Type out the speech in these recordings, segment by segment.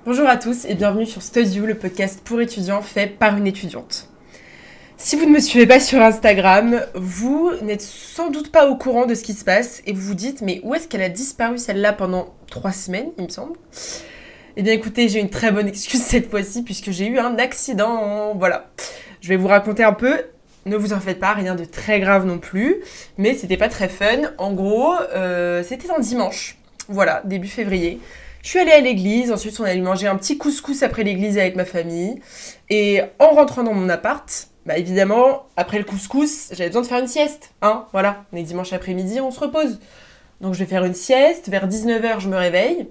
Bonjour à tous et bienvenue sur Study You, le podcast pour étudiants fait par une étudiante. Si vous ne me suivez pas sur Instagram, vous n'êtes sans doute pas au courant de ce qui se passe et vous vous dites mais où est-ce qu'elle a disparu celle-là pendant 3 semaines, il me semble. Eh bien écoutez, j'ai une très bonne excuse cette fois-ci puisque j'ai eu un accident, voilà. Je vais vous raconter un peu, ne vous en faites pas, rien de très grave non plus, mais c'était pas très fun. En gros, c'était un dimanche, voilà, début février. Je suis allée à l'église, ensuite on allait manger un petit couscous après l'église avec ma famille. Et en rentrant dans mon appart, bah évidemment, après le couscous, j'avais besoin de faire une sieste. Hein, voilà, on est dimanche après-midi, on se repose. Donc je vais faire une sieste, vers 19h je me réveille.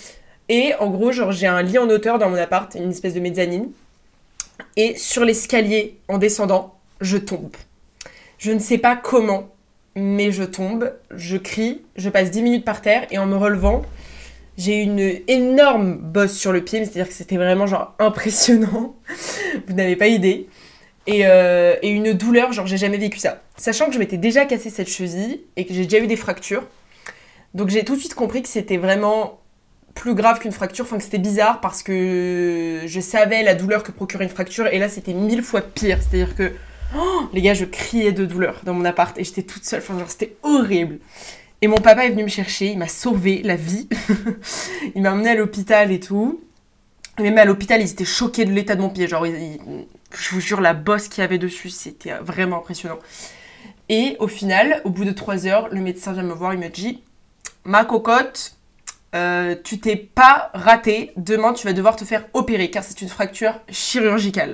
Et en gros, genre j'ai un lit en hauteur dans mon appart, une espèce de mezzanine. Et sur l'escalier, en descendant, je tombe. Je ne sais pas comment, mais je tombe, je crie, je passe 10 minutes par terre et en me relevant, j'ai une énorme bosse sur le pied, c'est-à-dire que c'était vraiment genre impressionnant. Vous n'avez pas idée. Et une douleur, genre j'ai jamais vécu ça. Sachant que je m'étais déjà cassé cette cheville et que j'ai déjà eu des fractures. Donc j'ai tout de suite compris que c'était vraiment plus grave qu'une fracture, enfin que c'était bizarre parce que je savais la douleur que procurait une fracture et là c'était 1000 fois pire. C'est-à-dire que, les gars, je criais de douleur dans mon appart et j'étais toute seule, enfin genre c'était horrible. Et mon papa est venu me chercher, il m'a sauvé la vie. Il m'a emmené à l'hôpital et tout. Et même à l'hôpital, ils étaient choqués de l'état de mon pied. Genre, je vous jure, la bosse qu'il y avait dessus, c'était vraiment impressionnant. Et au final, au bout de 3 heures, le médecin vient me voir, il me dit « Ma cocotte, tu t'es pas ratée. Demain, tu vas devoir te faire opérer car c'est une fracture chirurgicale. »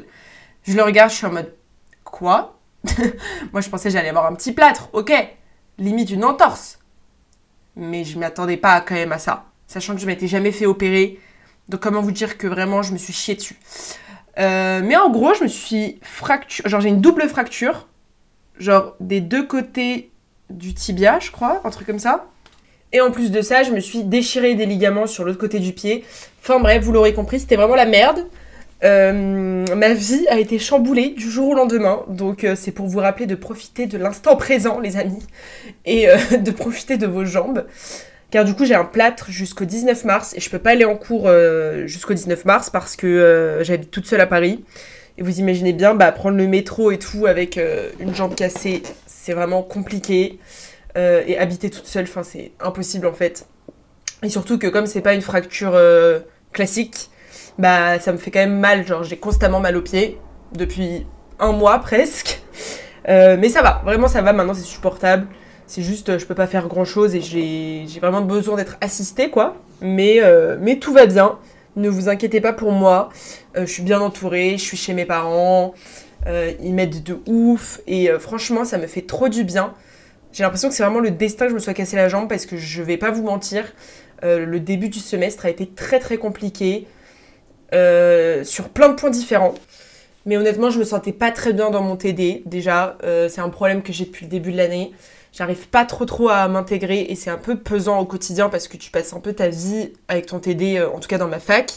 Je le regarde, je suis en mode « Quoi ?» Moi, je pensais que j'allais avoir un petit plâtre, ok. Limite une entorse. Mais je ne m'attendais pas quand même à ça, sachant que je ne m'étais jamais fait opérer. Donc comment vous dire que vraiment je me suis chiée dessus. Mais en gros, je me suis fracturée, genre j'ai une double fracture, genre des 2 côtés du tibia, je crois, un truc comme ça. Et en plus de ça, je me suis déchiré des ligaments sur l'autre côté du pied. Enfin bref, vous l'aurez compris, c'était vraiment la merde. Ma vie a été chamboulée du jour au lendemain, donc c'est pour vous rappeler de profiter de l'instant présent, les amis, et de profiter de vos jambes, car du coup j'ai un plâtre jusqu'au 19 mars, et je peux pas aller en cours jusqu'au 19 mars, parce que j'habite toute seule à Paris, et vous imaginez bien, prendre le métro et tout avec une jambe cassée, c'est vraiment compliqué, et habiter toute seule, enfin c'est impossible en fait, et surtout que comme c'est pas une fracture classique, ça me fait quand même mal, genre j'ai constamment mal aux pieds depuis 1 mois presque. Mais ça va, vraiment ça va, maintenant c'est supportable. C'est juste, je peux pas faire grand chose et j'ai vraiment besoin d'être assistée quoi. Mais tout va bien, ne vous inquiétez pas pour moi. Je suis bien entourée, je suis chez mes parents, ils m'aident de ouf. Et franchement ça me fait trop du bien. J'ai l'impression que c'est vraiment le destin que je me sois cassé la jambe parce que je vais pas vous mentir. Le début du semestre a été très très compliqué. Sur plein de points différents. Mais honnêtement, je me sentais pas très bien dans mon TD. Déjà, c'est un problème que j'ai depuis le début de l'année. J'arrive pas trop à m'intégrer et c'est un peu pesant au quotidien parce que tu passes un peu ta vie avec ton TD, en tout cas dans ma fac.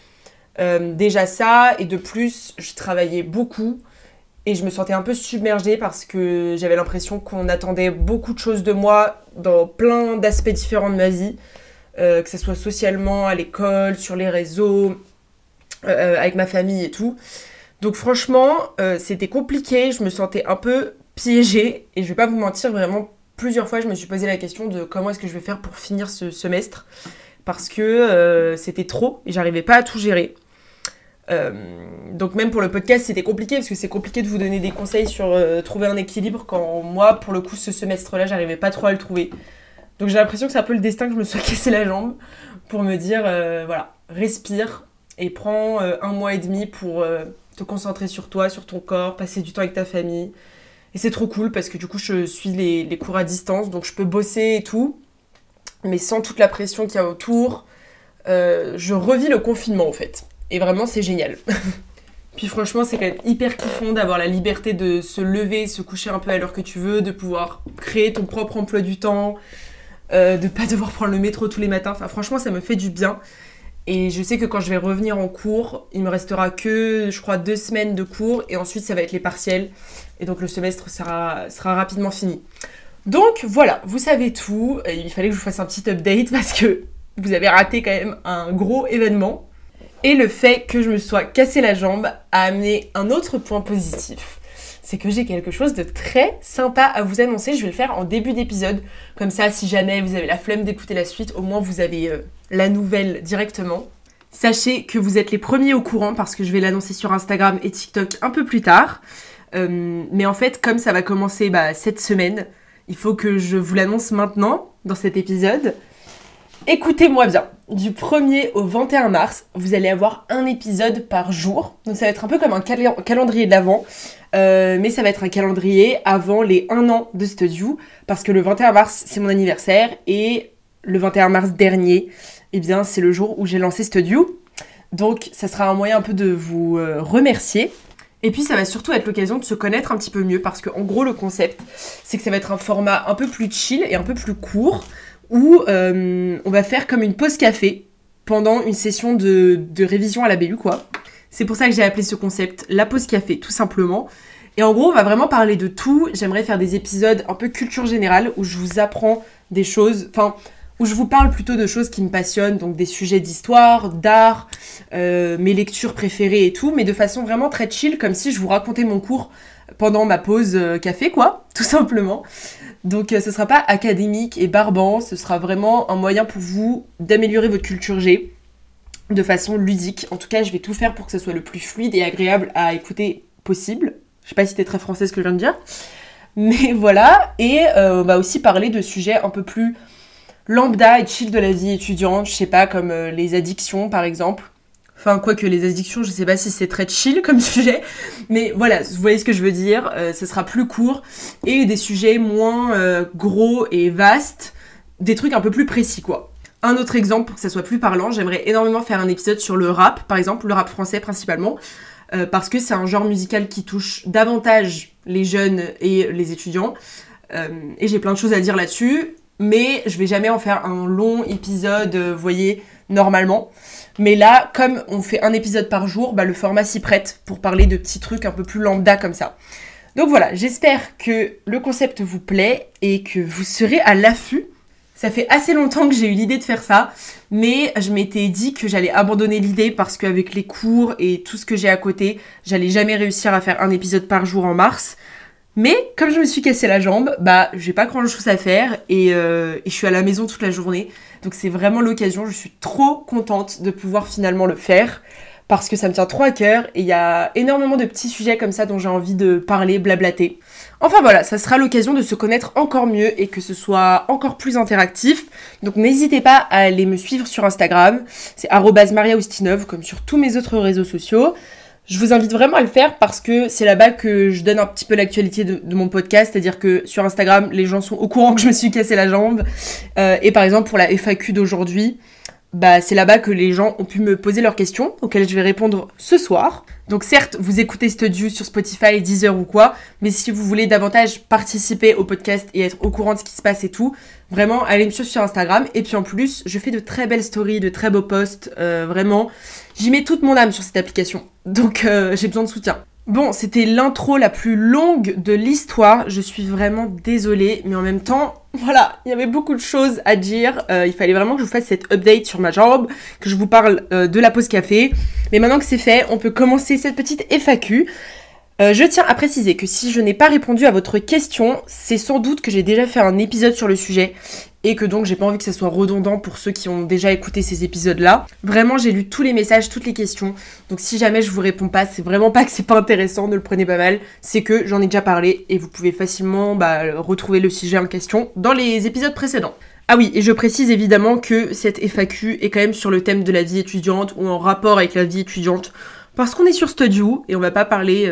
Déjà ça, et de plus, je travaillais beaucoup et je me sentais un peu submergée parce que j'avais l'impression qu'on attendait beaucoup de choses de moi dans plein d'aspects différents de ma vie. Que ce soit socialement, à l'école, sur les réseaux, avec ma famille et tout. Donc franchement, c'était compliqué, je me sentais un peu piégée et je vais pas vous mentir, vraiment plusieurs fois je me suis posé la question de comment est-ce que je vais faire pour finir ce semestre parce que c'était trop et j'arrivais pas à tout gérer. Donc même pour le podcast c'était compliqué parce que c'est compliqué de vous donner des conseils sur trouver un équilibre quand moi pour le coup ce semestre-là j'arrivais pas trop à le trouver. Donc j'ai l'impression que c'est un peu le destin que je me sois cassé la jambe pour me dire voilà, respire et prends 1 mois et demi pour te concentrer sur toi, sur ton corps, passer du temps avec ta famille. Et c'est trop cool parce que du coup, je suis les cours à distance, donc je peux bosser et tout, mais sans toute la pression qu'il y a autour. Je revis le confinement en fait. Et vraiment, c'est génial. Puis franchement, c'est quand même hyper kiffant d'avoir la liberté de se lever, se coucher un peu à l'heure que tu veux, de pouvoir créer ton propre emploi du temps, de pas devoir prendre le métro tous les matins. Enfin, franchement, ça me fait du bien. Et je sais que quand je vais revenir en cours, il me restera que, je crois, 2 semaines de cours. Et ensuite, ça va être les partiels. Et donc, le semestre sera rapidement fini. Donc, voilà, vous savez tout. Et il fallait que je vous fasse un petit update parce que vous avez raté quand même un gros événement. Et le fait que je me sois cassé la jambe a amené un autre point positif. C'est que j'ai quelque chose de très sympa à vous annoncer. Je vais le faire en début d'épisode. Comme ça, si jamais vous avez la flemme d'écouter la suite, au moins vous avez la nouvelle directement. Sachez que vous êtes les premiers au courant parce que je vais l'annoncer sur Instagram et TikTok un peu plus tard. Mais en fait, comme ça va commencer cette semaine, il faut que je vous l'annonce maintenant dans cet épisode. Écoutez-moi bien, du 1er au 21 mars, vous allez avoir un épisode par jour. Donc ça va être un peu comme un calendrier de l'Avent, mais ça va être un calendrier avant les 1 an de Studio, parce que le 21 mars, c'est mon anniversaire, et le 21 mars dernier, eh bien, c'est le jour où j'ai lancé Studio. Donc ça sera un moyen un peu de vous remercier. Et puis ça va surtout être l'occasion de se connaître un petit peu mieux, parce qu'en gros, le concept, c'est que ça va être un format un peu plus chill et un peu plus court, où on va faire comme une pause café pendant une session de révision à la BU, quoi. C'est pour ça que j'ai appelé ce concept la pause café, tout simplement. Et en gros, on va vraiment parler de tout. J'aimerais faire des épisodes un peu culture générale, où je vous apprends des choses, où je vous parle plutôt de choses qui me passionnent, donc des sujets d'histoire, d'art, mes lectures préférées et tout, mais de façon vraiment très chill, comme si je vous racontais mon cours pendant ma pause café, quoi, tout simplement. Donc ce sera pas académique et barbant, ce sera vraiment un moyen pour vous d'améliorer votre culture G de façon ludique. En tout cas, je vais tout faire pour que ce soit le plus fluide et agréable à écouter possible. Je sais pas si c'était très français ce que je viens de dire, mais voilà. Et on va aussi parler de sujets un peu plus lambda et chill de la vie étudiante, je sais pas, comme les addictions par exemple. Enfin, quoique les addictions, je sais pas si c'est très chill comme sujet, mais voilà, vous voyez ce que je veux dire, ce sera plus court, et des sujets moins gros et vastes, des trucs un peu plus précis, quoi. Un autre exemple, pour que ça soit plus parlant, j'aimerais énormément faire un épisode sur le rap, par exemple, le rap français principalement, parce que c'est un genre musical qui touche davantage les jeunes et les étudiants, et j'ai plein de choses à dire là-dessus, mais je vais jamais en faire un long épisode, vous voyez, normalement. Mais là, comme on fait un épisode par jour, le format s'y prête pour parler de petits trucs un peu plus lambda comme ça. Donc voilà, j'espère que le concept vous plaît et que vous serez à l'affût. Ça fait assez longtemps que j'ai eu l'idée de faire ça, mais je m'étais dit que j'allais abandonner l'idée parce qu'avec les cours et tout ce que j'ai à côté, j'allais jamais réussir à faire un épisode par jour en mars. Mais comme je me suis cassé la jambe, j'ai pas grand chose à faire et je suis à la maison toute la journée. Donc c'est vraiment l'occasion, je suis trop contente de pouvoir finalement le faire parce que ça me tient trop à cœur et il y a énormément de petits sujets comme ça dont j'ai envie de parler, blablater. Enfin voilà, ça sera l'occasion de se connaître encore mieux et que ce soit encore plus interactif. Donc n'hésitez pas à aller me suivre sur Instagram, c'est @mariaoustinov comme sur tous mes autres réseaux sociaux. Je vous invite vraiment à le faire parce que c'est là-bas que je donne un petit peu l'actualité de mon podcast, c'est-à-dire que sur Instagram, les gens sont au courant que je me suis cassé la jambe. Et par exemple, pour la FAQ d'aujourd'hui, c'est là-bas que les gens ont pu me poser leurs questions, auxquelles je vais répondre ce soir. Donc certes, vous écoutez Studio sur Spotify, Deezer ou quoi, mais si vous voulez davantage participer au podcast et être au courant de ce qui se passe et tout, vraiment, allez me suivre sur Instagram. Et puis en plus, je fais de très belles stories, de très beaux posts, vraiment. J'y mets toute mon âme sur cette application, donc j'ai besoin de soutien. Bon, c'était l'intro la plus longue de l'histoire, je suis vraiment désolée, mais en même temps, voilà, il y avait beaucoup de choses à dire, il fallait vraiment que je vous fasse cette update sur ma jambe, que je vous parle de la pause café, mais maintenant que c'est fait, on peut commencer cette petite FAQ. Je tiens à préciser que si je n'ai pas répondu à votre question, c'est sans doute que j'ai déjà fait un épisode sur le sujet et que donc j'ai pas envie que ça soit redondant pour ceux qui ont déjà écouté ces épisodes-là. Vraiment, j'ai lu tous les messages, toutes les questions, donc si jamais je vous réponds pas, c'est vraiment pas que c'est pas intéressant, ne le prenez pas mal, c'est que j'en ai déjà parlé et vous pouvez facilement retrouver le sujet en question dans les épisodes précédents. Ah oui, et je précise évidemment que cette FAQ est quand même sur le thème de la vie étudiante ou en rapport avec la vie étudiante. Parce qu'on est sur Studio et on va pas parler,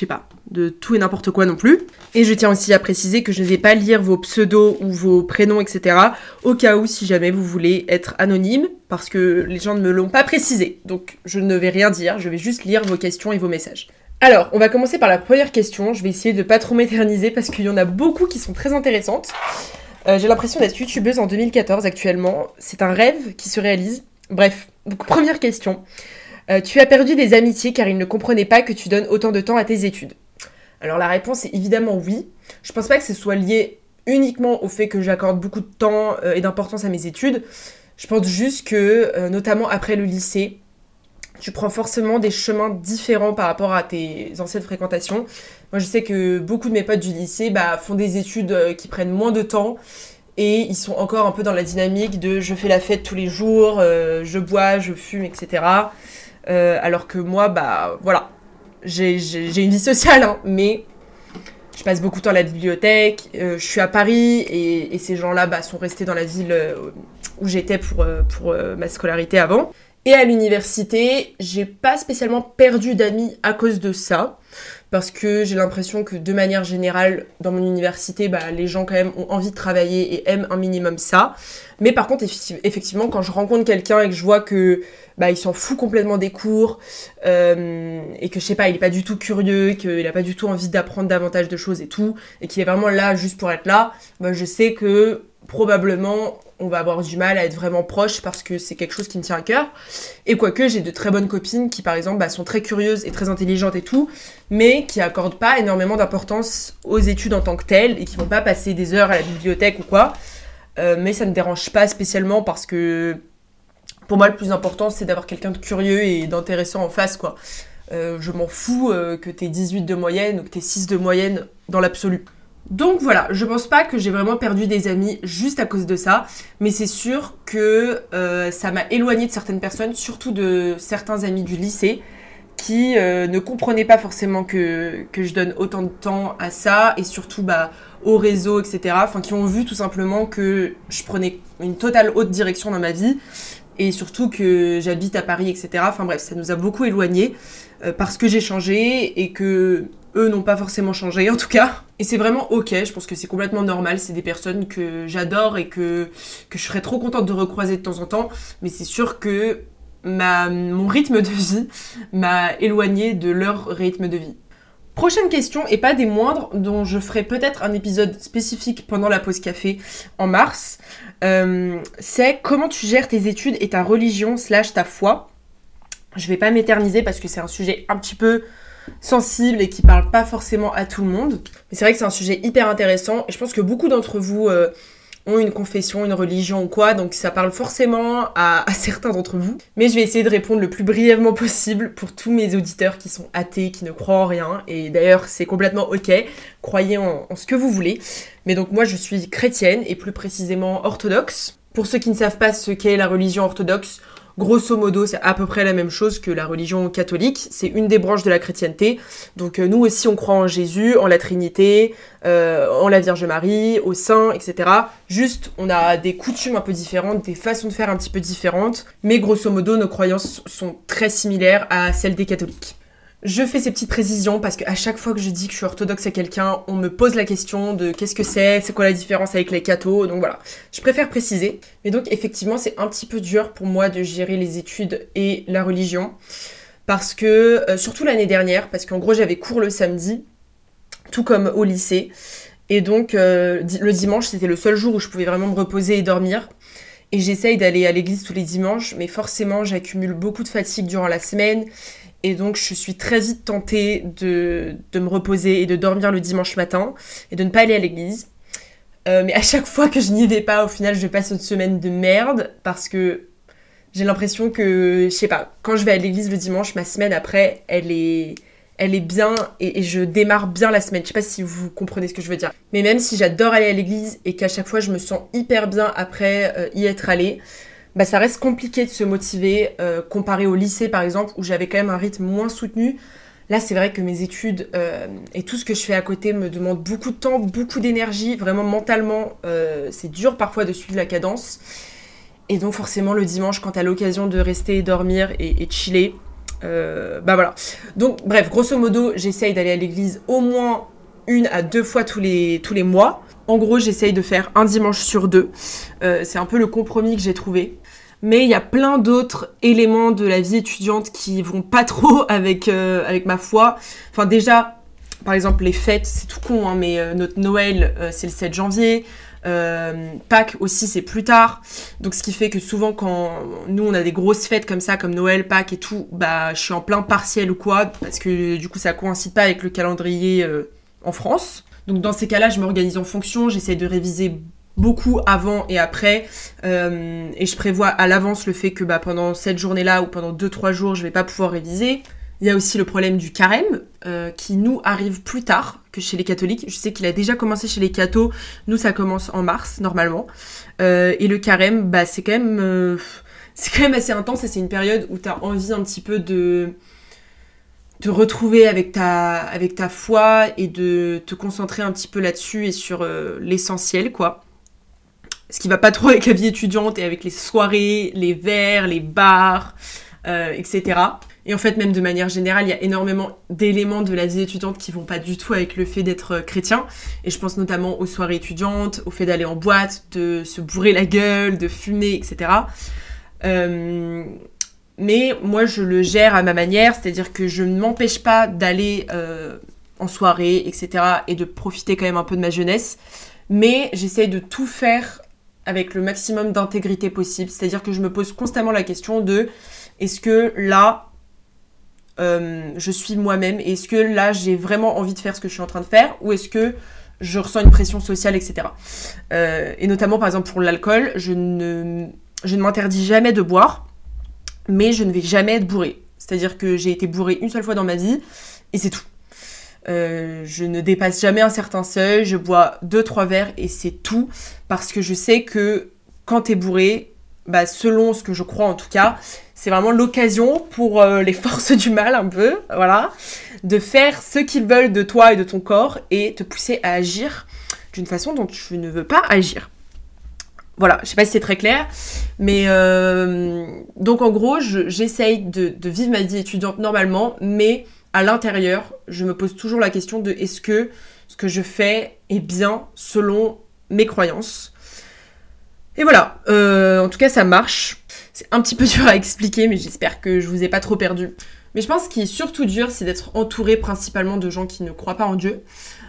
de tout et n'importe quoi non plus. Et je tiens aussi à préciser que je ne vais pas lire vos pseudos ou vos prénoms, etc. au cas où, si jamais vous voulez être anonyme, parce que les gens ne me l'ont pas précisé. Donc je ne vais rien dire, je vais juste lire vos questions et vos messages. Alors, on va commencer par la première question. Je vais essayer de pas trop m'éterniser parce qu'il y en a beaucoup qui sont très intéressantes. J'ai l'impression d'être youtubeuse en 2014 actuellement. C'est un rêve qui se réalise. Bref, donc première question. Tu as perdu des amitiés car ils ne comprenaient pas que tu donnes autant de temps à tes études. Alors la réponse est évidemment oui. Je pense pas que ce soit lié uniquement au fait que j'accorde beaucoup de temps et d'importance à mes études. Je pense juste que, notamment après le lycée, tu prends forcément des chemins différents par rapport à tes anciennes fréquentations. Moi, je sais que beaucoup de mes potes du lycée font des études qui prennent moins de temps et ils sont encore un peu dans la dynamique de je fais la fête tous les jours, je bois, je fume, etc. Alors que moi, voilà, j'ai une vie sociale, hein, mais je passe beaucoup de temps à la bibliothèque, je suis à Paris et ces gens-là sont restés dans la ville où j'étais pour ma scolarité avant. Et à l'université, j'ai pas spécialement perdu d'amis à cause de ça, parce que j'ai l'impression que de manière générale, dans mon université, les gens quand même ont envie de travailler et aiment un minimum ça. Mais par contre, effectivement, quand je rencontre quelqu'un et que je vois que il s'en fout complètement des cours, et que je sais pas, il est pas du tout curieux, qu'il a pas du tout envie d'apprendre davantage de choses et tout, et qu'il est vraiment là juste pour être là, je sais que probablement on va avoir du mal à être vraiment proche parce que c'est quelque chose qui me tient à cœur. Et quoique j'ai de très bonnes copines qui par exemple sont très curieuses et très intelligentes et tout, mais qui accordent pas énormément d'importance aux études en tant que telles et qui vont pas passer des heures à la bibliothèque ou quoi. Mais ça me dérange pas spécialement parce que pour moi le plus important c'est d'avoir quelqu'un de curieux et d'intéressant en face quoi. Je m'en fous que t'aies 18 de moyenne ou que t'aies 6 de moyenne dans l'absolu. Donc voilà, je pense pas que j'ai vraiment perdu des amis juste à cause de ça, mais c'est sûr que ça m'a éloignée de certaines personnes, surtout de certains amis du lycée, qui ne comprenaient pas forcément que je donne autant de temps à ça, et surtout au réseau, etc. Enfin, qui ont vu tout simplement que je prenais une totale autre direction dans ma vie, et surtout que j'habite à Paris, etc. Enfin bref, ça nous a beaucoup éloignés, parce que j'ai changé, et que eux n'ont pas forcément changé en tout cas. Et c'est vraiment ok, je pense que c'est complètement normal, c'est des personnes que j'adore et que je serais trop contente de recroiser de temps en temps, mais c'est sûr que mon rythme de vie m'a éloignée de leur rythme de vie. Prochaine question, et pas des moindres, dont je ferai peut-être un épisode spécifique pendant la pause café en mars, c'est comment tu gères tes études et ta religion / ta foi. Je vais pas m'éterniser parce que c'est un sujet un petit peu sensible et qui parle pas forcément à tout le monde. Mais c'est vrai que c'est un sujet hyper intéressant et je pense que beaucoup d'entre vous ont une confession, une religion ou quoi, donc ça parle forcément à certains d'entre vous. Mais je vais essayer de répondre le plus brièvement possible pour tous mes auditeurs qui sont athées, qui ne croient en rien. Et d'ailleurs, c'est complètement ok, croyez en ce que vous voulez. Mais donc moi, je suis chrétienne et plus précisément orthodoxe. Pour ceux qui ne savent pas ce qu'est la religion orthodoxe, grosso modo, c'est à peu près la même chose que la religion catholique. C'est une des branches de la chrétienté. Donc nous aussi, on croit en Jésus, en la Trinité, en la Vierge Marie, aux saints, etc. Juste, on a des coutumes un peu différentes, des façons de faire un petit peu différentes. Mais grosso modo, nos croyances sont très similaires à celles des catholiques. Je fais ces petites précisions parce qu'à chaque fois que je dis que je suis orthodoxe à quelqu'un, on me pose la question de qu'est-ce que c'est quoi la différence avec les cathos, donc voilà. Je préfère préciser. Mais donc effectivement, c'est un petit peu dur pour moi de gérer les études et la religion. Parce que, surtout l'année dernière, parce qu'en gros j'avais cours le samedi, tout comme au lycée. Et donc le dimanche, c'était le seul jour où je pouvais vraiment me reposer et dormir. Et j'essaye d'aller à l'église tous les dimanches, mais forcément j'accumule beaucoup de fatigue durant la semaine. Et donc, je suis très vite tentée de me reposer et de dormir le dimanche matin et de ne pas aller à l'église. Mais à chaque fois que je n'y vais pas, au final, je passe une semaine de merde parce que j'ai l'impression que, je sais pas, quand je vais à l'église le dimanche, ma semaine après, elle est bien et je démarre bien la semaine. Je sais pas si vous comprenez ce que je veux dire. Mais même si j'adore aller à l'église et qu'à chaque fois, je me sens hyper bien après y être allée, ça reste compliqué de se motiver comparé au lycée par exemple où j'avais quand même un rythme moins soutenu. Là c'est vrai que mes études et tout ce que je fais à côté me demande beaucoup de temps, beaucoup d'énergie, vraiment mentalement c'est dur parfois de suivre la cadence et donc forcément le dimanche quand t'as l'occasion de rester et dormir et chiller, voilà. Donc bref, grosso modo j'essaye d'aller à l'église au moins 1 à 2 fois tous les mois. En gros, j'essaye de faire un dimanche sur 2. C'est un peu le compromis que j'ai trouvé. Mais il y a plein d'autres éléments de la vie étudiante qui vont pas trop avec ma foi. Enfin déjà, par exemple les fêtes, c'est tout con, hein, mais notre Noël, c'est le 7 janvier. Pâques aussi, c'est plus tard. Donc ce qui fait que souvent quand nous on a des grosses fêtes comme ça, comme Noël, Pâques et tout, je suis en plein partiel ou quoi, parce que du coup ça coïncide pas avec le calendrier en France. Donc dans ces cas-là, je m'organise en fonction, j'essaie de réviser beaucoup avant et après, et je prévois à l'avance le fait que pendant cette journée-là ou pendant 2-3 jours, je vais pas pouvoir réviser. Il y a aussi le problème du carême, qui nous arrive plus tard que chez les catholiques. Je sais qu'il a déjà commencé chez les cathos, nous ça commence en mars normalement. Et le carême, c'est quand même assez intense, et c'est une période où t'as envie un petit peu de te retrouver avec ta foi et de te concentrer un petit peu là-dessus et sur l'essentiel, quoi. Ce qui va pas trop avec la vie étudiante et avec les soirées, les verres, les bars, etc. Et en fait, même de manière générale, il y a énormément d'éléments de la vie étudiante qui vont pas du tout avec le fait d'être chrétien. Et je pense notamment aux soirées étudiantes, au fait d'aller en boîte, de se bourrer la gueule, de fumer, etc. Mais moi, je le gère à ma manière, c'est-à-dire que je ne m'empêche pas d'aller en soirée, etc. et de profiter quand même un peu de ma jeunesse. Mais j'essaye de tout faire avec le maximum d'intégrité possible. C'est-à-dire que je me pose constamment la question de est-ce que là, je suis moi-même, et est-ce que là j'ai vraiment envie de faire ce que je suis en train de faire, ou est-ce que je ressens une pression sociale, etc. Et notamment par exemple pour l'alcool, je ne m'interdis jamais de boire, mais je ne vais jamais être bourrée. C'est-à-dire que j'ai été bourrée une seule fois dans ma vie, et c'est tout. Je ne dépasse jamais un certain seuil, je bois 2-3 verres et c'est tout, parce que je sais que quand t'es bourré, selon ce que je crois en tout cas, c'est vraiment l'occasion pour les forces du mal un peu, voilà, de faire ce qu'ils veulent de toi et de ton corps et te pousser à agir d'une façon dont tu ne veux pas agir. Voilà, je sais pas si c'est très clair, mais donc en gros, j'essaye de vivre ma vie étudiante normalement, mais à l'intérieur, je me pose toujours la question de est-ce que ce que je fais est bien selon mes croyances. Et voilà, en tout cas ça marche. C'est un petit peu dur à expliquer, mais j'espère que je vous ai pas trop perdu. Mais je pense qu'il est surtout dur, c'est d'être entouré principalement de gens qui ne croient pas en Dieu.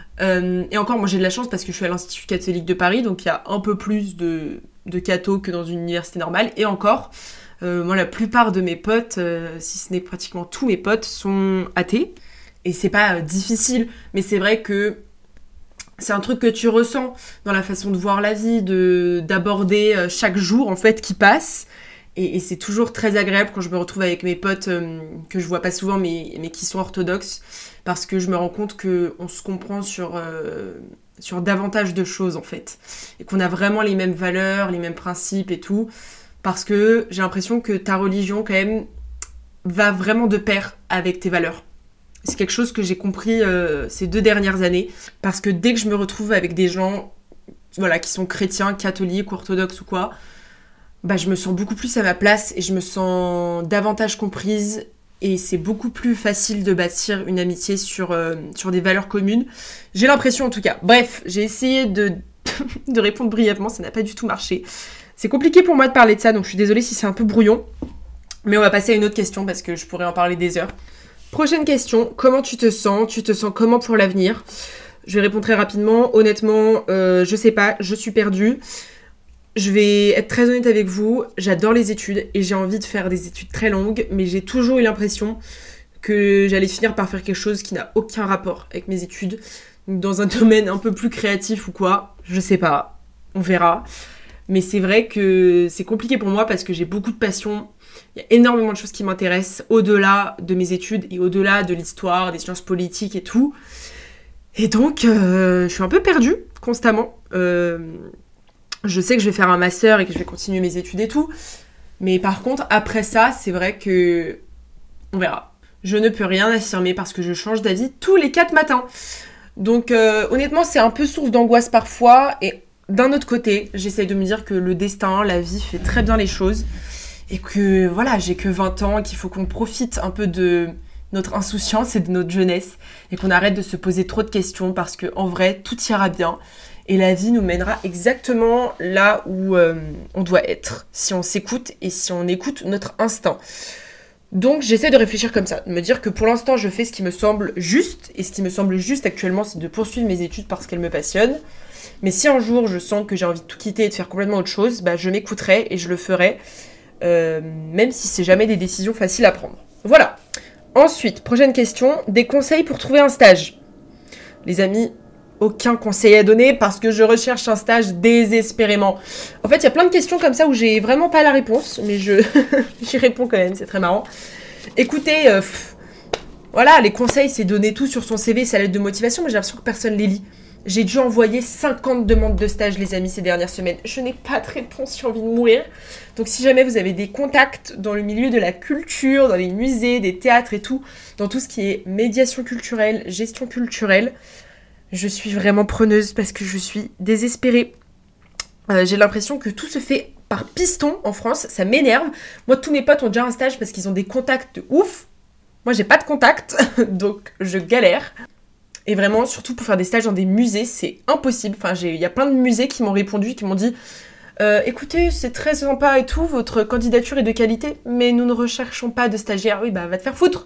Et encore, moi j'ai de la chance parce que je suis à l'Institut catholique de Paris, donc il y a un peu plus de cathos que dans une université normale. Et encore, moi la plupart de mes potes, si ce n'est pratiquement tous mes potes, sont athées. Et c'est pas difficile, mais c'est vrai que c'est un truc que tu ressens dans la façon de voir la vie, d'aborder chaque jour en fait qui passe. Et c'est toujours très agréable quand je me retrouve avec mes potes que je vois pas souvent mais qui sont orthodoxes, parce que je me rends compte qu'on se comprend sur davantage de choses en fait. Et qu'on a vraiment les mêmes valeurs, les mêmes principes et tout. Parce que j'ai l'impression que ta religion quand même va vraiment de pair avec tes valeurs. C'est quelque chose que j'ai compris ces 2 dernières années. Parce que dès que je me retrouve avec des gens qui sont chrétiens, catholiques ou orthodoxes ou quoi, je me sens beaucoup plus à ma place et je me sens davantage comprise. Et c'est beaucoup plus facile de bâtir une amitié sur des valeurs communes. J'ai l'impression en tout cas. Bref, j'ai essayé de répondre brièvement, ça n'a pas du tout marché. C'est compliqué pour moi de parler de ça, donc je suis désolée si c'est un peu brouillon. Mais on va passer à une autre question parce que je pourrais en parler des heures. Prochaine question, comment tu te sens ? Tu te sens comment pour l'avenir ? Je vais répondre très rapidement. Honnêtement, je sais pas, je suis perdue. Je vais être très honnête avec vous, j'adore les études et j'ai envie de faire des études très longues, mais j'ai toujours eu l'impression que j'allais finir par faire quelque chose qui n'a aucun rapport avec mes études, dans un domaine un peu plus créatif ou quoi, je sais pas, on verra. Mais c'est vrai que c'est compliqué pour moi parce que j'ai beaucoup de passion, il y a énormément de choses qui m'intéressent au-delà de mes études et au-delà de l'histoire, des sciences politiques et tout. Et donc, je suis un peu perdue constamment. Je sais que je vais faire un master et que je vais continuer mes études et tout. Mais par contre, après ça, c'est vrai que on verra. Je ne peux rien affirmer parce que je change d'avis tous les 4 matins. Donc honnêtement, c'est un peu source d'angoisse parfois. Et d'un autre côté, j'essaye de me dire que le destin, la vie fait très bien les choses. Et que voilà, j'ai que 20 ans et qu'il faut qu'on profite un peu de notre insouciance et de notre jeunesse. Et qu'on arrête de se poser trop de questions parce qu'en vrai, tout ira bien. Et la vie nous mènera exactement là où on doit être, si on s'écoute et si on écoute notre instinct. Donc j'essaie de réfléchir comme ça, de me dire que pour l'instant je fais ce qui me semble juste, et ce qui me semble juste actuellement c'est de poursuivre mes études parce qu'elles me passionnent. Mais si un jour je sens que j'ai envie de tout quitter et de faire complètement autre chose, je m'écouterai et je le ferai, même si c'est jamais des décisions faciles à prendre. Voilà. Ensuite, prochaine question, des conseils pour trouver un stage. Les amis, aucun conseil à donner parce que je recherche un stage désespérément. En fait, il y a plein de questions comme ça où j'ai vraiment pas la réponse, mais j'y réponds quand même, c'est très marrant. Écoutez, voilà, les conseils, c'est donner tout sur son CV, sa lettre de motivation, mais j'ai l'impression que personne les lit. J'ai dû envoyer 50 demandes de stage, les amis, ces dernières semaines. Je n'ai pas de réponse, j'ai envie de mourir. Donc si jamais vous avez des contacts dans le milieu de la culture, dans les musées, des théâtres et tout, dans tout ce qui est médiation culturelle, gestion culturelle, je suis vraiment preneuse parce que je suis désespérée. J'ai l'impression que tout se fait par piston en France, ça m'énerve. Moi, tous mes potes ont déjà un stage parce qu'ils ont des contacts de ouf. Moi, j'ai pas de contact, donc je galère. Et vraiment, surtout pour faire des stages dans des musées, c'est impossible. Enfin, il y a plein de musées qui m'ont répondu, qui m'ont dit écoutez, c'est très sympa et tout, votre candidature est de qualité, mais nous ne recherchons pas de stagiaires. Oui, bah, va te faire foutre.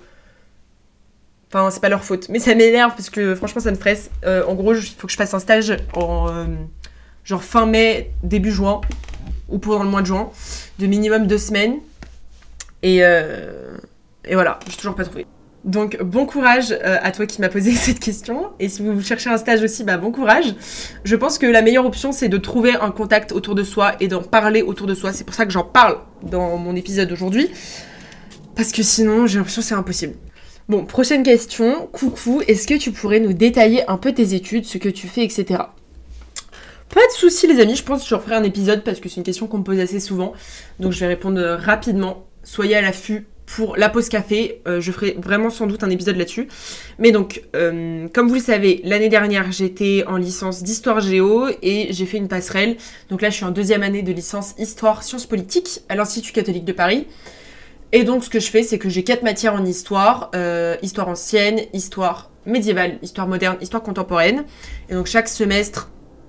Enfin, c'est pas leur faute, mais ça m'énerve parce que franchement, ça me stresse. En gros, il faut que je fasse un stage en genre fin mai, début juin, ou pendant le mois de juin, de minimum 2 semaines. Et voilà, j'ai toujours pas trouvé. Donc, bon courage à toi qui m'as posé cette question. Et si vous cherchez un stage aussi, bah bon courage. Je pense que la meilleure option, c'est de trouver un contact autour de soi et d'en parler autour de soi. C'est pour ça que j'en parle dans mon épisode d'aujourd'hui. Parce que sinon, j'ai l'impression que c'est impossible. Bon, prochaine question. Coucou, est-ce que tu pourrais nous détailler un peu tes études, ce que tu fais, etc. Pas de soucis les amis, je pense que je referai un épisode parce que c'est une question qu'on me pose assez souvent. Donc je vais répondre rapidement. Soyez à l'affût. Pour la pause café, je ferai vraiment sans doute un épisode là-dessus. Mais donc, comme vous le savez, l'année dernière, j'étais en licence d'Histoire Géo et j'ai fait une passerelle. Donc là, je suis en 2e année de licence Histoire Sciences Politiques à l'Institut catholique de Paris. Et donc, ce que je fais, c'est que j'ai 4 matières en histoire. Histoire ancienne, histoire médiévale, histoire moderne, histoire contemporaine. Et donc, chaque semestre,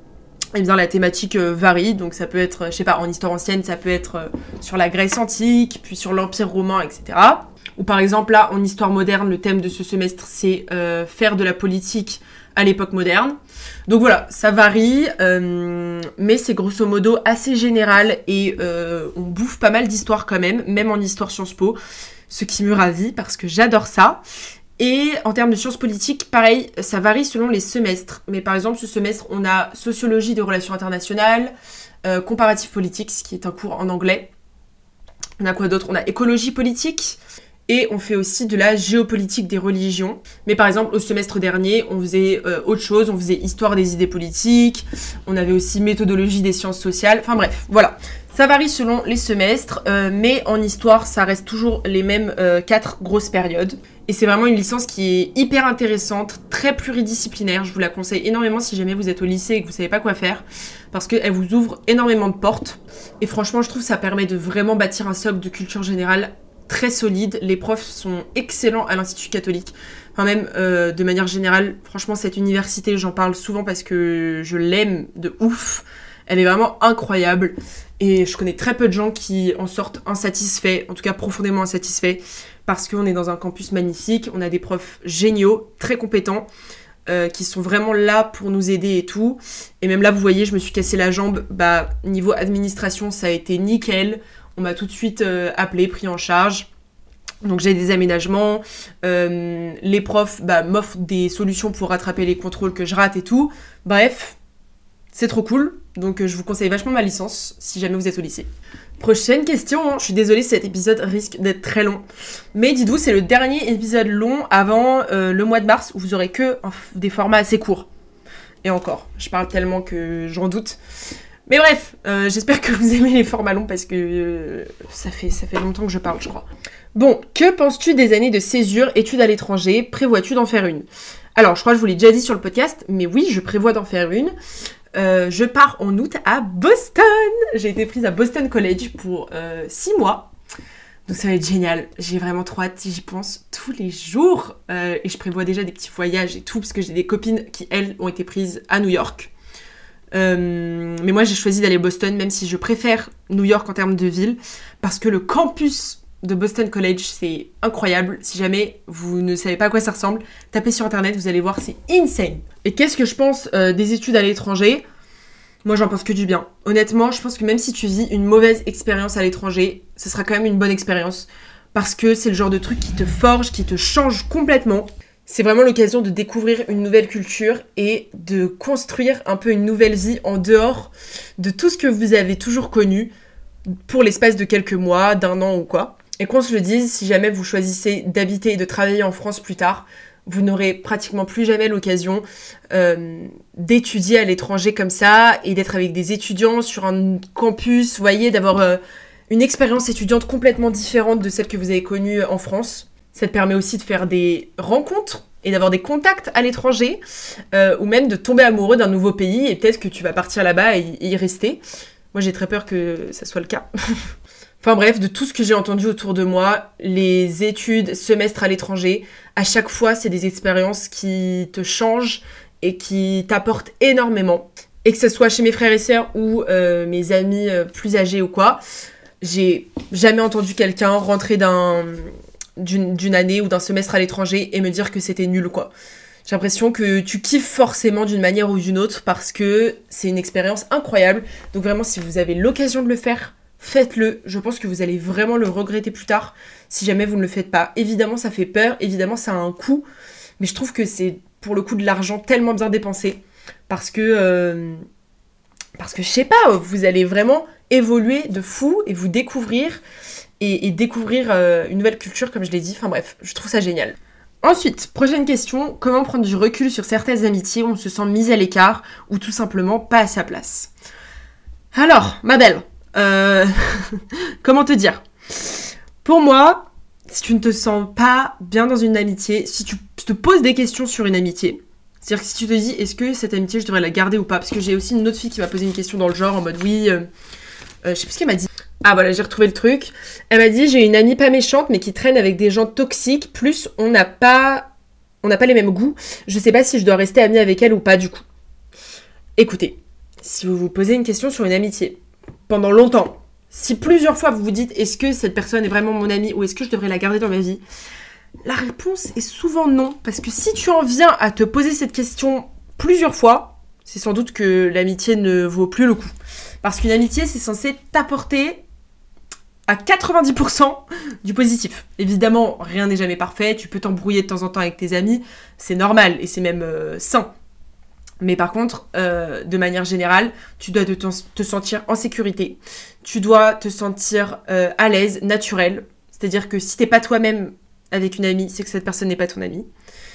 eh bien, la thématique varie, donc ça peut être, je sais pas, en histoire ancienne, ça peut être sur la Grèce antique, puis sur l'Empire romain, etc. Ou par exemple, là, en histoire moderne, le thème de ce semestre, c'est faire de la politique à l'époque moderne. Donc voilà, ça varie, mais c'est grosso modo assez général et on bouffe pas mal d'histoire quand même en histoire Sciences Po, ce qui me ravit parce que j'adore ça. Et en termes de sciences politiques, pareil, ça varie selon les semestres. Mais par exemple, ce semestre, on a sociologie des relations internationales, comparatif politique, ce qui est un cours en anglais. On a quoi d'autre ? On a écologie politique. Et on fait aussi de la géopolitique des religions. Mais par exemple, au semestre dernier, on faisait autre chose. On faisait histoire des idées politiques. On avait aussi méthodologie des sciences sociales. Enfin bref, voilà. Ça varie selon les semestres. Mais en histoire, ça reste toujours les mêmes 4 grosses périodes. Et c'est vraiment une licence qui est hyper intéressante, très pluridisciplinaire. Je vous la conseille énormément si jamais vous êtes au lycée et que vous savez pas quoi faire. Parce qu'elle vous ouvre énormément de portes. Et franchement, je trouve que ça permet de vraiment bâtir un socle de culture générale très solide. Les profs sont excellents à l'Institut catholique. Enfin même de manière générale, franchement cette université, j'en parle souvent parce que je l'aime de ouf. Elle est vraiment incroyable. Et je connais très peu de gens qui en sortent insatisfaits, en tout cas profondément insatisfaits. Parce qu'on est dans un campus magnifique, on a des profs géniaux, très compétents, qui sont vraiment là pour nous aider et tout. Et même là, vous voyez, je me suis cassé la jambe. Bah, niveau administration, ça a été nickel. On m'a tout de suite appelé, pris en charge. Donc j'ai des aménagements. Les profs m'offrent des solutions pour rattraper les contrôles que je rate et tout. Bref, c'est trop cool. Donc je vous conseille vachement ma licence si jamais vous êtes au lycée. Prochaine question, je suis désolée, cet épisode risque d'être très long. Mais dites-vous, c'est le dernier épisode long avant le mois de mars où vous aurez que des formats assez courts. Et encore, je parle tellement que j'en doute. Mais bref, j'espère que vous aimez les formats longs parce que ça fait longtemps que je parle, je crois. Bon, que penses-tu des années de césure, études à l'étranger? Prévois-tu d'en faire une? Alors, je crois que je vous l'ai déjà dit sur le podcast, mais oui, je prévois d'en faire une. Je pars en août à Boston. J'ai été prise à Boston College pour 6 mois. Donc ça va être génial. J'ai vraiment trop hâte, j'y pense tous les jours. Et je prévois déjà des petits voyages et tout, parce que j'ai des copines qui, elles, ont été prises à New York. Mais moi, j'ai choisi d'aller à Boston, même si je préfère New York en termes de ville, parce que le campus de Boston College, c'est incroyable. Si jamais vous ne savez pas à quoi ça ressemble, tapez sur internet, vous allez voir, c'est insane. Et qu'est-ce que je pense des études à l'étranger? Moi, j'en pense que du bien. Honnêtement, je pense que même si tu vis une mauvaise expérience à l'étranger, ce sera quand même une bonne expérience. Parce que c'est le genre de truc qui te forge, qui te change complètement. C'est vraiment l'occasion de découvrir une nouvelle culture et de construire un peu une nouvelle vie en dehors de tout ce que vous avez toujours connu pour l'espace de quelques mois, d'un an ou quoi. Et qu'on se le dise, si jamais vous choisissez d'habiter et de travailler en France plus tard, vous n'aurez pratiquement plus jamais l'occasion d'étudier à l'étranger comme ça et d'être avec des étudiants sur un campus, vous voyez, d'avoir une expérience étudiante complètement différente de celle que vous avez connue en France. Ça te permet aussi de faire des rencontres et d'avoir des contacts à l'étranger ou même de tomber amoureux d'un nouveau pays et peut-être que tu vas partir là-bas et y rester. Moi, j'ai très peur que ça soit le cas. Enfin bref, de tout ce que j'ai entendu autour de moi, les études, semestres à l'étranger, à chaque fois, c'est des expériences qui te changent et qui t'apportent énormément. Et que ce soit chez mes frères et sœurs ou mes amis plus âgés ou quoi, j'ai jamais entendu quelqu'un rentrer d'une année ou d'un semestre à l'étranger et me dire que c'était nul, quoi. J'ai l'impression que tu kiffes forcément d'une manière ou d'une autre parce que c'est une expérience incroyable. Donc vraiment, si vous avez l'occasion de le faire, faites-le. Je pense que vous allez vraiment le regretter plus tard si jamais vous ne le faites pas. Évidemment, ça fait peur. Évidemment, ça a un coût. Mais je trouve que c'est pour le coup de l'argent tellement bien dépensé. Parce que je sais pas, vous allez vraiment évoluer de fou et vous découvrir et découvrir une nouvelle culture, comme je l'ai dit. Enfin bref, je trouve ça génial. Ensuite, prochaine question, comment prendre du recul sur certaines amitiés où on se sent mis à l'écart ou tout simplement pas à sa place? Alors, ma belle, comment te dire? Pour moi, si tu ne te sens pas bien dans une amitié, si tu te poses des questions sur une amitié, c'est-à-dire que si tu te dis, est-ce que cette amitié, je devrais la garder ou pas? Parce que j'ai aussi une autre fille qui m'a posé une question dans le genre, en mode, oui, je sais plus ce qu'elle m'a dit. Ah voilà, j'ai retrouvé le truc. Elle m'a dit, j'ai une amie pas méchante, mais qui traîne avec des gens toxiques, plus on n'a pas les mêmes goûts. Je sais pas si je dois rester amie avec elle ou pas, du coup. Écoutez, si vous vous posez une question sur une amitié, pendant longtemps, si plusieurs fois vous vous dites, est-ce que cette personne est vraiment mon amie, ou est-ce que je devrais la garder dans ma vie? La réponse est souvent non, parce que si tu en viens à te poser cette question plusieurs fois, c'est sans doute que l'amitié ne vaut plus le coup. Parce qu'une amitié, c'est censé t'apporter à 90% du positif. Évidemment, rien n'est jamais parfait, tu peux t'embrouiller de temps en temps avec tes amis, c'est normal et c'est même sain. Mais par contre, de manière générale, tu dois te sentir en sécurité, tu dois te sentir à l'aise, naturel. C'est-à-dire que si t'es pas toi-même avec une amie, c'est que cette personne n'est pas ton amie.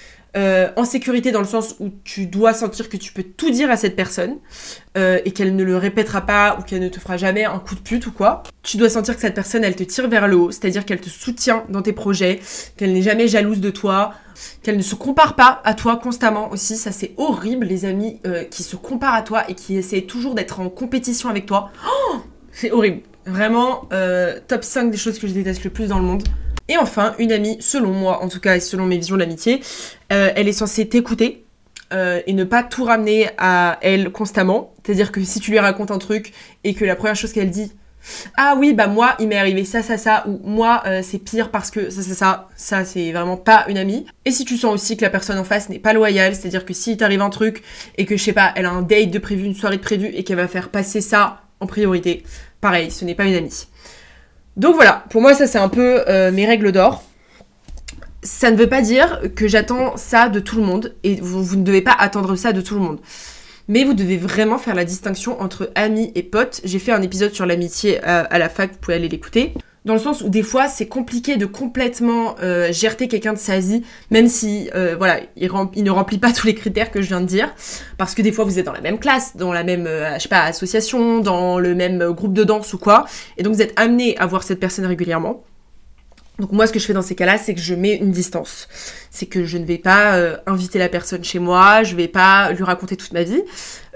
En sécurité dans le sens où tu dois sentir que tu peux tout dire à cette personne et qu'elle ne le répétera pas ou qu'elle ne te fera jamais un coup de pute ou quoi. Tu dois sentir que cette personne, elle te tire vers le haut, c'est-à-dire qu'elle te soutient dans tes projets, qu'elle n'est jamais jalouse de toi, qu'elle ne se compare pas à toi constamment aussi. Ça, c'est horrible, les amis qui se comparent à toi et qui essaient toujours d'être en compétition avec toi. Oh, c'est horrible. Vraiment, top 5 des choses que je déteste le plus dans le monde. Et enfin, une amie, selon moi, en tout cas, et selon mes visions de l'amitié, elle est censée t'écouter et ne pas tout ramener à elle constamment. C'est-à-dire que si tu lui racontes un truc et que la première chose qu'elle dit, ah oui, bah moi, il m'est arrivé ça, ou moi, c'est pire parce que ça, c'est vraiment pas une amie. Et si tu sens aussi que la personne en face n'est pas loyale, c'est-à-dire que si t'arrive un truc et que, je sais pas, elle a un date de prévu, une soirée de prévu et qu'elle va faire passer ça en priorité, pareil, ce n'est pas une amie. Donc voilà, pour moi ça c'est un peu mes règles d'or. Ça ne veut pas dire que j'attends ça de tout le monde, et vous ne devez pas attendre ça de tout le monde. Mais vous devez vraiment faire la distinction entre amis et potes. J'ai fait un épisode sur l'amitié à la fac, vous pouvez aller l'écouter. Dans le sens où des fois c'est compliqué de complètement gerter quelqu'un de sa vie, même si voilà, il ne remplit pas tous les critères que je viens de dire, parce que des fois vous êtes dans la même classe, dans la même je sais pas, association, dans le même groupe de danse ou quoi, et donc vous êtes amené à voir cette personne régulièrement. Donc moi ce que je fais dans ces cas-là, c'est que je mets une distance. C'est que je ne vais pas inviter la personne chez moi, je vais pas lui raconter toute ma vie,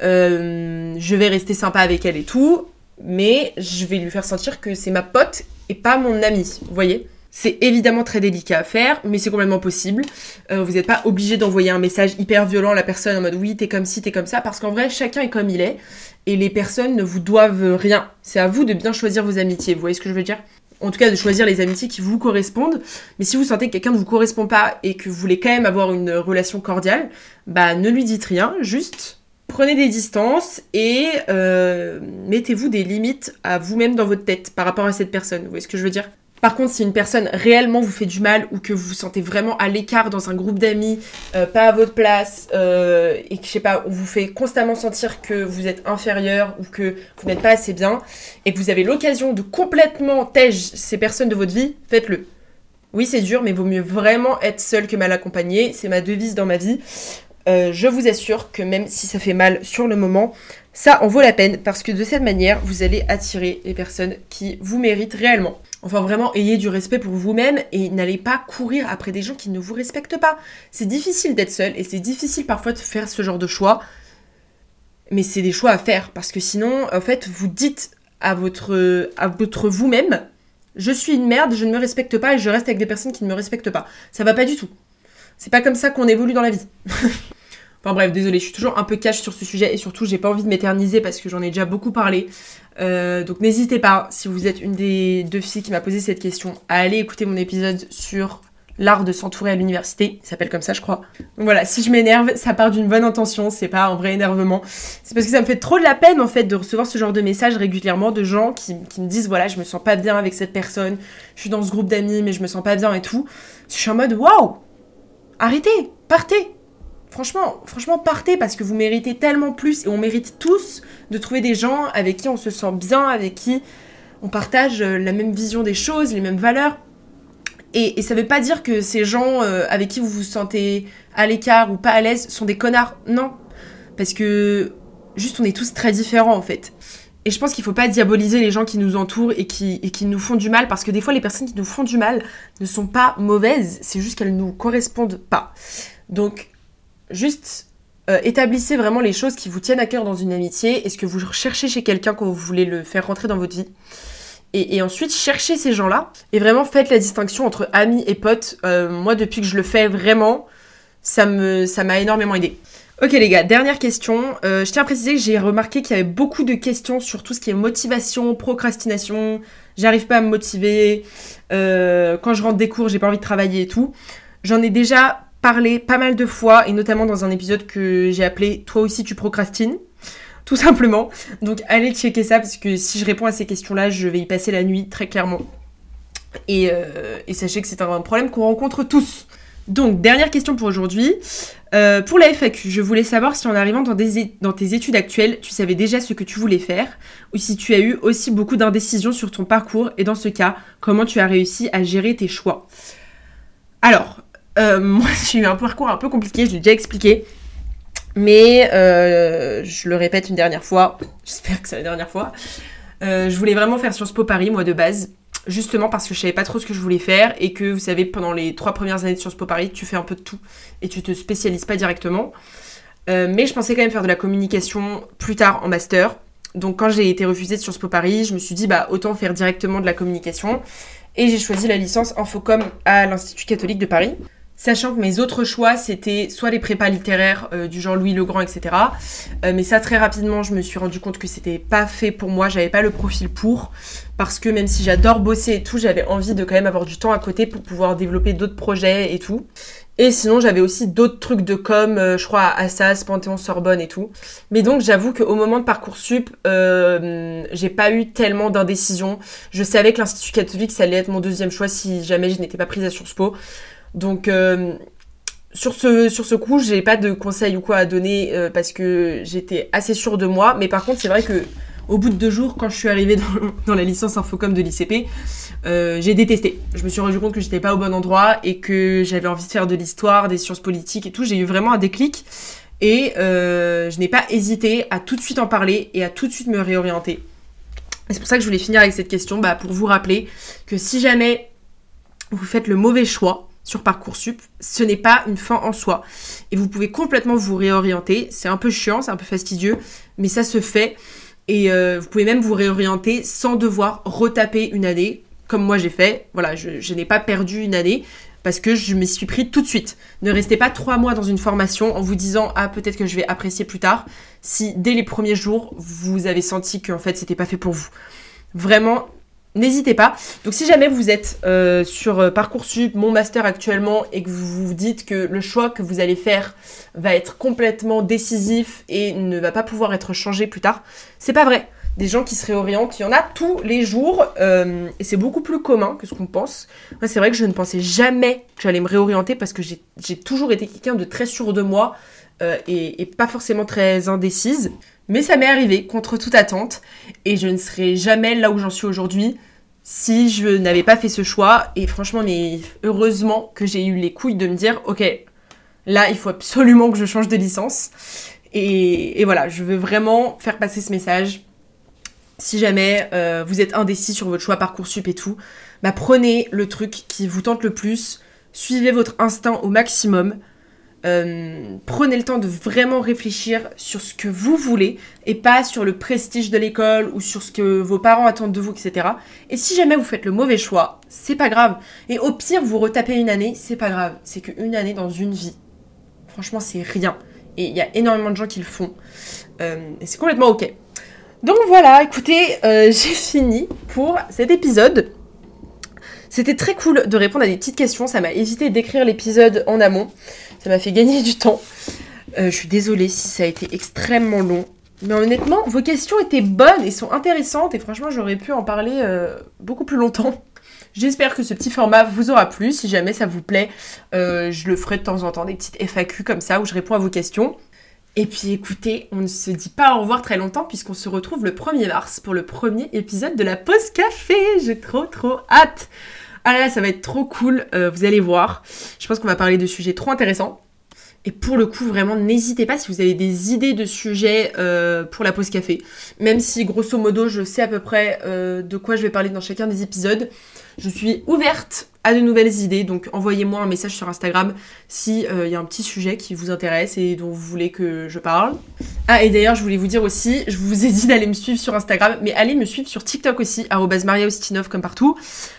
je vais rester sympa avec elle et tout, mais je vais lui faire sentir que c'est ma pote et pas mon ami, vous voyez. C'est évidemment très délicat à faire, mais c'est complètement possible. Vous n'êtes pas obligé d'envoyer un message hyper violent à la personne en mode oui, t'es comme ci, t'es comme ça, parce qu'en vrai, chacun est comme il est, et les personnes ne vous doivent rien. C'est à vous de bien choisir vos amitiés, vous voyez ce que je veux dire ? En tout cas, de choisir les amitiés qui vous correspondent. Mais si vous sentez que quelqu'un ne vous correspond pas et que vous voulez quand même avoir une relation cordiale, bah ne lui dites rien, juste prenez des distances et mettez-vous des limites à vous-même dans votre tête par rapport à cette personne. Vous voyez ce que je veux dire ? Par contre, si une personne réellement vous fait du mal ou que vous vous sentez vraiment à l'écart dans un groupe d'amis, pas à votre place, et que, je sais pas, on vous fait constamment sentir que vous êtes inférieur ou que vous n'êtes pas assez bien, et que vous avez l'occasion de complètement tège ces personnes de votre vie, faites-le. Oui, c'est dur, mais vaut mieux vraiment être seul que mal accompagné. C'est ma devise dans ma vie. Je vous assure que même si ça fait mal sur le moment, ça en vaut la peine parce que de cette manière, vous allez attirer les personnes qui vous méritent réellement. Enfin, vraiment, ayez du respect pour vous-même et n'allez pas courir après des gens qui ne vous respectent pas. C'est difficile d'être seul et c'est difficile parfois de faire ce genre de choix. Mais c'est des choix à faire parce que sinon, en fait, vous dites à votre vous-même, je suis une merde, je ne me respecte pas et je reste avec des personnes qui ne me respectent pas. Ça va pas du tout. C'est pas comme ça qu'on évolue dans la vie. Enfin bref, désolée, je suis toujours un peu cash sur ce sujet et surtout j'ai pas envie de m'éterniser parce que j'en ai déjà beaucoup parlé. Donc n'hésitez pas, si vous êtes une des 2 filles qui m'a posé cette question, à aller écouter mon épisode sur l'art de s'entourer à l'université. Il s'appelle comme ça, je crois. Donc voilà, si je m'énerve, ça part d'une bonne intention, c'est pas un vrai énervement. C'est parce que ça me fait trop de la peine en fait de recevoir ce genre de messages régulièrement de gens qui me disent voilà, je me sens pas bien avec cette personne, je suis dans ce groupe d'amis mais je me sens pas bien et tout. Je suis en mode waouh, arrêtez, partez. Franchement, partez parce que vous méritez tellement plus et on mérite tous de trouver des gens avec qui on se sent bien, avec qui on partage la même vision des choses, les mêmes valeurs. Et ça veut pas dire que ces gens avec qui vous vous sentez à l'écart ou pas à l'aise sont des connards. Non, parce que juste on est tous très différents en fait. Et je pense qu'il faut pas diaboliser les gens qui nous entourent et qui nous font du mal parce que des fois les personnes qui nous font du mal ne sont pas mauvaises, c'est juste qu'elles nous correspondent pas. Donc juste établissez vraiment les choses qui vous tiennent à cœur dans une amitié et ce que vous recherchez chez quelqu'un quand vous voulez le faire rentrer dans votre vie. Et ensuite, cherchez ces gens-là et vraiment faites la distinction entre amis et potes. Moi, depuis que je le fais vraiment, ça m'a énormément aidé. Ok les gars, dernière question. Je tiens à préciser que j'ai remarqué qu'il y avait beaucoup de questions sur tout ce qui est motivation, procrastination. J'arrive pas à me motiver. Quand je rentre des cours, j'ai pas envie de travailler et tout. J'en ai déjà parlé pas mal de fois et notamment dans un épisode que j'ai appelé « Toi aussi tu procrastines ». Tout simplement. Donc allez checker ça parce que si je réponds à ces questions-là, je vais y passer la nuit très clairement. Et sachez que c'est un problème qu'on rencontre tous. Donc dernière question pour aujourd'hui. Pour la FAQ, je voulais savoir si en arrivant dans tes études actuelles, tu savais déjà ce que tu voulais faire ou si tu as eu aussi beaucoup d'indécisions sur ton parcours et dans ce cas, comment tu as réussi à gérer tes choix. Alors, moi j'ai eu un parcours un peu compliqué, je l'ai déjà expliqué. Mais je le répète une dernière fois, j'espère que c'est la dernière fois, je voulais vraiment faire Sciences Po Paris, moi de base, justement parce que je savais pas trop ce que je voulais faire et que vous savez, pendant les 3 premières années de Sciences Po Paris, tu fais un peu de tout et tu te spécialises pas directement. Mais je pensais quand même faire de la communication plus tard en master. Donc quand j'ai été refusée de Sciences Po Paris, je me suis dit bah autant faire directement de la communication et j'ai choisi la licence Infocom à l'Institut catholique de Paris. Sachant que mes autres choix, c'était soit les prépas littéraires du genre Louis le Grand, etc. Mais ça, très rapidement, je me suis rendu compte que c'était pas fait pour moi, j'avais pas le profil pour. Parce que même si j'adore bosser et tout, j'avais envie de quand même avoir du temps à côté pour pouvoir développer d'autres projets et tout. Et sinon, j'avais aussi d'autres trucs de com, je crois à Assas, Panthéon, Sorbonne et tout. Mais donc, j'avoue qu'au moment de Parcoursup, j'ai pas eu tellement d'indécision. Je savais que l'Institut catholique, ça allait être mon deuxième choix si jamais je n'étais pas prise à Sciences Po. Donc sur ce coup, j'ai pas de conseils ou quoi à donner parce que j'étais assez sûre de moi. Mais par contre, c'est vrai que au bout de 2 jours, quand je suis arrivée dans la licence Infocom de l'ICP, j'ai détesté. Je me suis rendu compte que j'étais pas au bon endroit et que j'avais envie de faire de l'histoire, des sciences politiques et tout. J'ai eu vraiment un déclic et je n'ai pas hésité à tout de suite en parler et à tout de suite me réorienter. Et c'est pour ça que je voulais finir avec cette question, pour vous rappeler que si jamais vous faites le mauvais choix sur Parcoursup, ce n'est pas une fin en soi. Et vous pouvez complètement vous réorienter. C'est un peu chiant, c'est un peu fastidieux, mais ça se fait. Et vous pouvez même vous réorienter sans devoir retaper une année, comme moi j'ai fait. Voilà, je n'ai pas perdu une année parce que je me suis pris tout de suite. Ne restez pas 3 mois dans une formation en vous disant « Ah, peut-être que je vais apprécier plus tard », si dès les premiers jours, vous avez senti qu'en fait, c'était pas fait pour vous. Vraiment, n'hésitez pas. Donc si jamais vous êtes sur Parcoursup, mon master actuellement, et que vous vous dites que le choix que vous allez faire va être complètement décisif et ne va pas pouvoir être changé plus tard, c'est pas vrai. des gens qui se réorientent. Il y en a tous les jours et c'est beaucoup plus commun que ce qu'on pense. Moi, c'est vrai que je ne pensais jamais que j'allais me réorienter parce que j'ai toujours été quelqu'un de très sûr de moi et pas forcément très indécise. Mais ça m'est arrivé contre toute attente et je ne serais jamais là où j'en suis aujourd'hui si je n'avais pas fait ce choix. Et franchement, mais heureusement que j'ai eu les couilles de me dire « Ok, là, il faut absolument que je change de licence. » Et voilà, je veux vraiment faire passer ce message. Si jamais vous êtes indécis sur votre choix Parcoursup et tout, bah prenez le truc qui vous tente le plus, suivez votre instinct au maximum, prenez le temps de vraiment réfléchir sur ce que vous voulez et pas sur le prestige de l'école ou sur ce que vos parents attendent de vous, etc. Et si jamais vous faites le mauvais choix, c'est pas grave. Et au pire, vous retapez une année, c'est pas grave. C'est qu'une année dans une vie. Franchement, c'est rien. Et il y a énormément de gens qui le font. Et c'est complètement ok. Donc voilà, écoutez, j'ai fini pour cet épisode. C'était très cool de répondre à des petites questions. Ça m'a évité d'écrire l'épisode en amont. Ça m'a fait gagner du temps. Je suis désolée si ça a été extrêmement long. Mais honnêtement, vos questions étaient bonnes et sont intéressantes. Et franchement, j'aurais pu en parler beaucoup plus longtemps. J'espère que ce petit format vous aura plu. Si jamais ça vous plaît, je le ferai de temps en temps, des petites FAQ comme ça où je réponds à vos questions. Et puis écoutez, on ne se dit pas au revoir très longtemps puisqu'on se retrouve le 1er mars pour le premier épisode de la pause café. J'ai trop hâte. Ah là, ça va être trop cool, vous allez voir. Je pense qu'on va parler de sujets trop intéressants. Et pour le coup, vraiment, n'hésitez pas si vous avez des idées de sujets pour la pause café. Même si, grosso modo, je sais à peu près de quoi je vais parler dans chacun des épisodes. Je suis ouverte à de nouvelles idées, donc envoyez-moi un message sur Instagram si y a un petit sujet qui vous intéresse et dont vous voulez que je parle. Ah, et d'ailleurs, je voulais vous dire aussi, je vous ai dit d'aller me suivre sur Instagram, mais allez me suivre sur TikTok aussi, @mariaostinov comme partout,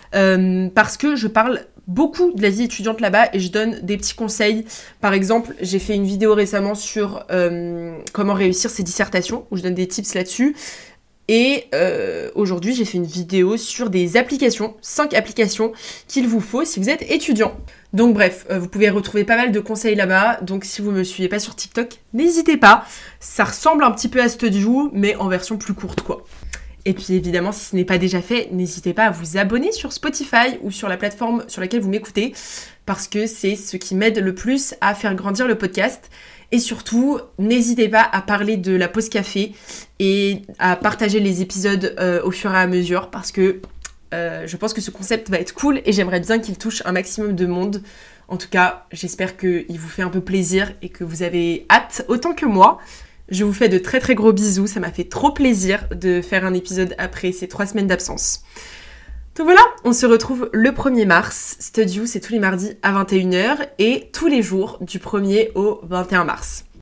parce que je parle beaucoup de la vie étudiante là-bas et je donne des petits conseils. Par exemple, j'ai fait une vidéo récemment sur comment réussir ses dissertations, où je donne des tips là-dessus. Et aujourd'hui, j'ai fait une vidéo sur des applications, 5 applications qu'il vous faut si vous êtes étudiant. Donc bref, vous pouvez retrouver pas mal de conseils là-bas. Donc si vous me suivez pas sur TikTok, n'hésitez pas. Ça ressemble un petit peu à StudyU, mais en version plus courte, quoi. Et puis évidemment, si ce n'est pas déjà fait, n'hésitez pas à vous abonner sur Spotify ou sur la plateforme sur laquelle vous m'écoutez, parce que c'est ce qui m'aide le plus à faire grandir le podcast. Et surtout, n'hésitez pas à parler de la pause café et à partager les épisodes au fur et à mesure, parce que je pense que ce concept va être cool et j'aimerais bien qu'il touche un maximum de monde. En tout cas, j'espère qu'il vous fait un peu plaisir et que vous avez hâte autant que moi. Je vous fais de très gros bisous, ça m'a fait trop plaisir de faire un épisode après ces 3 semaines d'absence. Donc voilà, on se retrouve le 1er mars. StudyU, c'est tous les mardis à 21h et tous les jours du 1er au 21 mars.